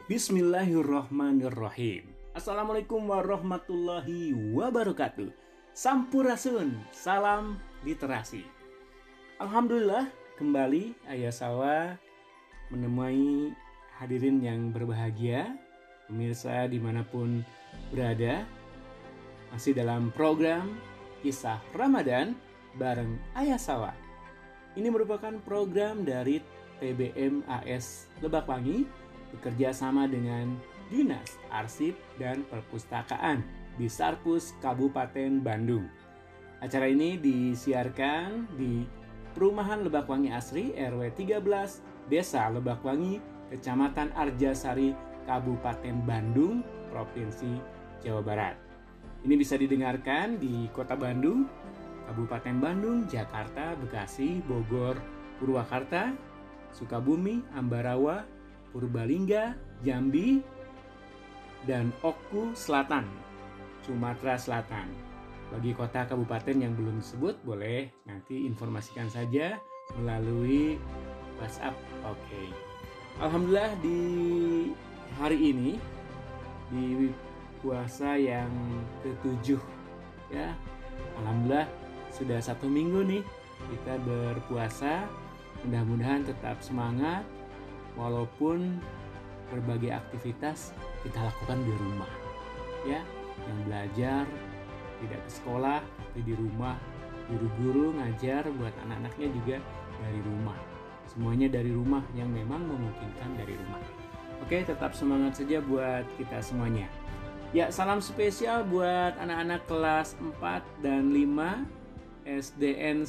Bismillahirrahmanirrahim. Assalamualaikum warahmatullahi wabarakatuh. Sampurasun, salam literasi. Alhamdulillah, kembali Ayah Sawa menemui hadirin yang berbahagia, pemirsa dimanapun berada, masih dalam program Kisah Ramadan bareng Ayah Sawa. Ini merupakan program dari TBM AS Lebakwangi bekerja sama dengan Dinas Arsip dan Perpustakaan di Sarpus Kabupaten Bandung. Acara ini disiarkan di Perumahan Lebakwangi Asri RW 13 Desa Lebakwangi, Kecamatan Arjasari, Kabupaten Bandung, Provinsi Jawa Barat. Ini bisa didengarkan di Kota Bandung, Kabupaten Bandung, Jakarta, Bekasi, Bogor, Purwakarta, Sukabumi, Ambarawa, Purbalingga, Jambi, dan Oku Selatan, Sumatera Selatan. Bagi kota kabupaten yang belum disebut, boleh nanti informasikan saja melalui WhatsApp. Oke. Alhamdulillah di hari ini, di puasa yang ke-7 ya. Alhamdulillah sudah 1 minggu nih kita berpuasa. Mudah-mudahan tetap semangat walaupun berbagai aktivitas kita lakukan di rumah ya. Yang belajar tidak ke sekolah tapi di rumah, guru-guru ngajar buat anak-anaknya juga dari rumah. Semuanya dari rumah yang memang memungkinkan dari rumah. Oke, tetap semangat saja buat kita semuanya. Ya, salam spesial buat anak-anak kelas 4 dan 5 SDN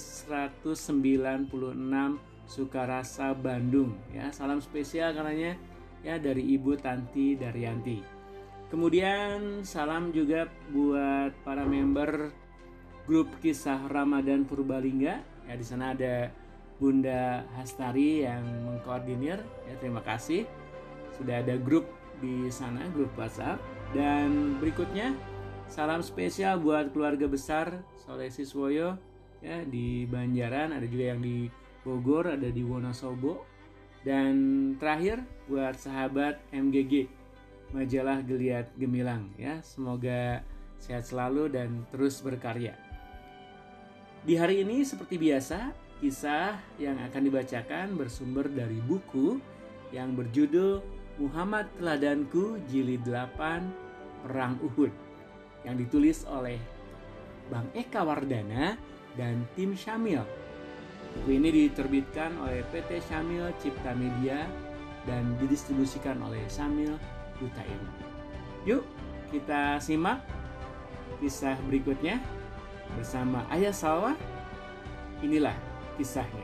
196 Sukarasa Bandung ya. Salam spesial karenanya ya dari Ibu Tanti Daryanti. Kemudian salam juga buat para member grup Kisah Ramadan Purbalingga ya. Di sana ada Bunda Hastari yang mengkoordinir ya. Terima kasih sudah ada grup di sana, grup WhatsApp. Dan berikutnya salam spesial buat keluarga besar Soleh Siswoyo ya di Banjaran, ada juga yang di Bogor, ada di Wonosobo. Dan terakhir buat sahabat MGG Majalah Geliat Gemilang ya. Semoga sehat selalu dan terus berkarya. Di hari ini seperti biasa, kisah yang akan dibacakan bersumber dari buku yang berjudul Muhammad Teladanku Jilid 8 Perang Uhud yang ditulis oleh Bang Eka Wardana dan tim Syamil. Buku ini diterbitkan oleh PT Syamil Cipta Media dan didistribusikan oleh Syamil Duta Ilmu. Yuk kita simak kisah berikutnya bersama Ayah Salwa. Inilah kisahnya.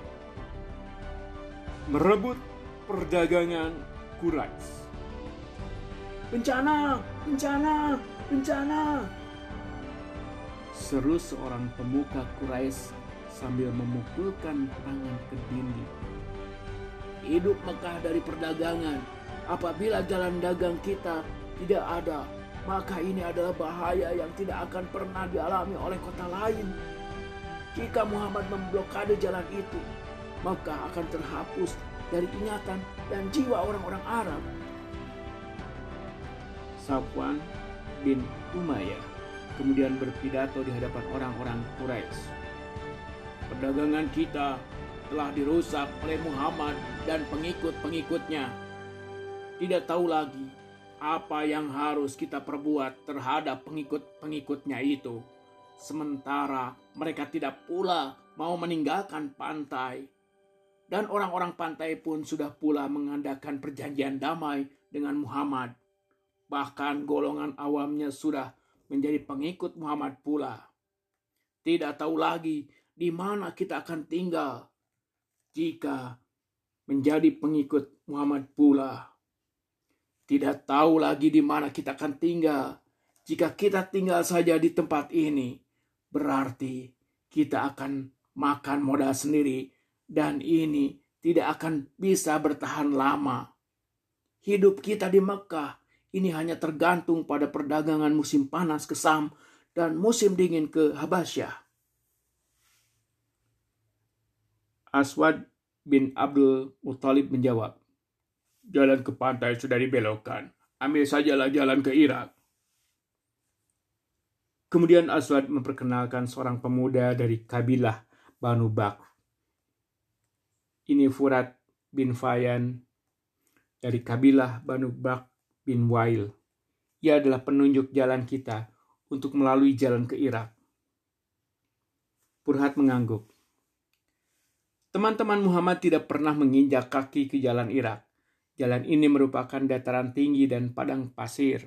Merebut perdagangan Quraisy. Bencana, bencana, bencana! Seru seorang pemuka Quraisy sambil memukulkan tangan ke dinding. Hidup Mekah dari perdagangan. Apabila jalan dagang kita tidak ada, maka ini adalah bahaya yang tidak akan pernah dialami oleh kota lain. Jika Muhammad memblokade jalan itu, maka akan terhapus dari ingatan dan jiwa orang-orang Arab. Safwan bin Umayyah kemudian berpidato di hadapan orang-orang Quraisy. Perdagangan kita telah dirusak oleh Muhammad dan pengikut-pengikutnya. Tidak tahu lagi apa yang harus kita perbuat terhadap pengikut-pengikutnya itu. Sementara mereka tidak pula mau meninggalkan pantai. Dan orang-orang pantai pun sudah pula mengadakan perjanjian damai dengan Muhammad. Bahkan golongan awamnya sudah menjadi pengikut Muhammad pula. Tidak tahu lagi di mana kita akan tinggal jika menjadi pengikut Muhammad pula. Tidak tahu lagi di mana kita akan tinggal jika kita tinggal saja di tempat ini. Berarti kita akan makan modal sendiri dan ini tidak akan bisa bertahan lama. Hidup kita di Mekah ini hanya tergantung pada perdagangan musim panas ke Sam dan musim dingin ke Habasyah. Aswad bin Abdul Muthalib menjawab, jalan ke pantai sudah dibelokkan. Ambil sajalah jalan ke Irak. Kemudian Aswad memperkenalkan seorang pemuda dari kabilah Banu Bakr. Ini Furat bin Fayan dari kabilah Banu Bakr bin Wail. Ia adalah penunjuk jalan kita untuk melalui jalan ke Irak. Furhat mengangguk. Teman-teman Muhammad tidak pernah menginjak kaki ke jalan Irak. Jalan ini merupakan dataran tinggi dan padang pasir.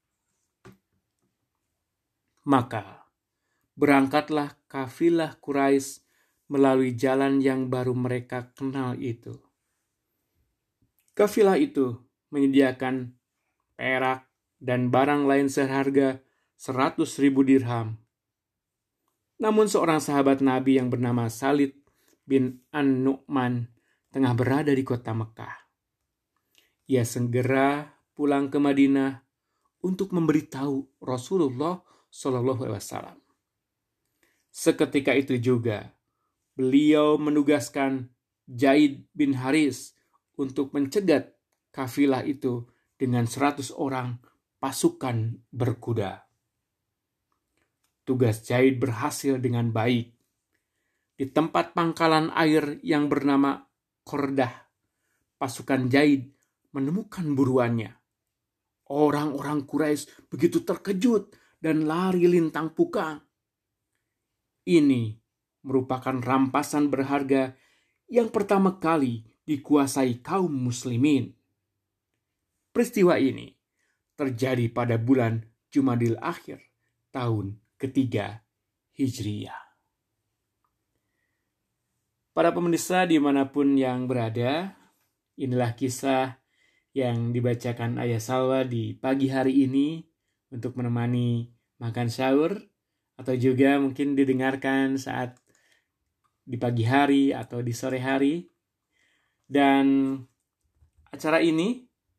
Maka berangkatlah kafilah Quraisy melalui jalan yang baru mereka kenal itu. Kafilah itu menyediakan perak dan barang lain seharga 100.000 dirham. Namun seorang sahabat Nabi yang bernama Salid bin An-Nu'man tengah berada di kota Mekah. Ia segera pulang ke Madinah untuk memberitahu Rasulullah SAW. Seketika itu juga, beliau menugaskan Zaid bin Haris untuk mencegat kafilah itu dengan 100 orang pasukan berkuda. Tugas Zaid berhasil dengan baik. Di tempat pangkalan air yang bernama Kordah, pasukan Zaid menemukan buruannya. Orang-orang Quraisy begitu terkejut dan lari lintang pukang. Ini merupakan rampasan berharga yang pertama kali dikuasai kaum muslimin. Peristiwa ini terjadi pada bulan Jumadil Akhir tahun ketiga Hijriyah. Para pemirsa dimanapun yang berada, inilah kisah yang dibacakan Ayah Salwa di pagi hari ini untuk menemani makan sahur, atau juga mungkin didengarkan saat di pagi hari atau di sore hari. Dan acara ini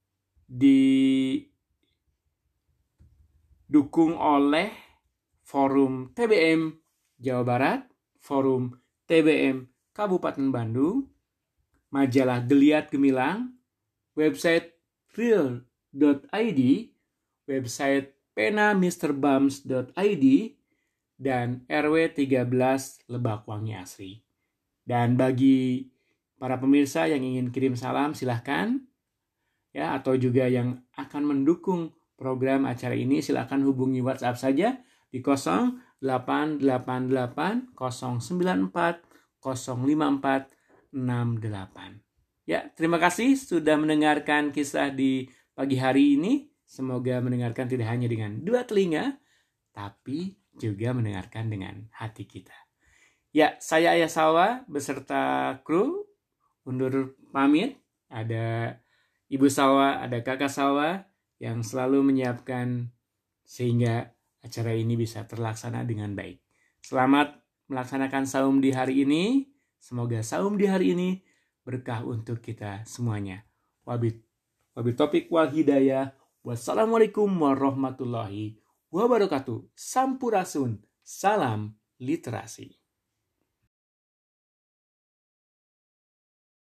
didukung oleh Forum TBM Jawa Barat, Forum TBM Kabupaten Bandung, majalah Geliat Gemilang, website real.id, website penamisterbams.id, dan RW 13 Lebakwangi Asri. Dan bagi para pemirsa yang ingin kirim salam, silahkan. Ya, atau juga yang akan mendukung program acara ini, silahkan hubungi WhatsApp saja di 0888 094 05468. Ya, terima kasih sudah mendengarkan kisah di pagi hari ini. Semoga mendengarkan tidak hanya dengan dua telinga, tapi juga mendengarkan dengan hati kita. Ya, saya Ayah Salwa beserta kru undur pamit. Ada Ibu Salwa, ada Kakak Salwa yang selalu menyiapkan sehingga acara ini bisa terlaksana dengan baik. Selamat melaksanakan saum di hari ini. Semoga saum di hari ini berkah untuk kita semuanya. Wabil topik wal hidayah. Wassalamualaikum warahmatullahi wabarakatuh. Sampurasun. Salam literasi.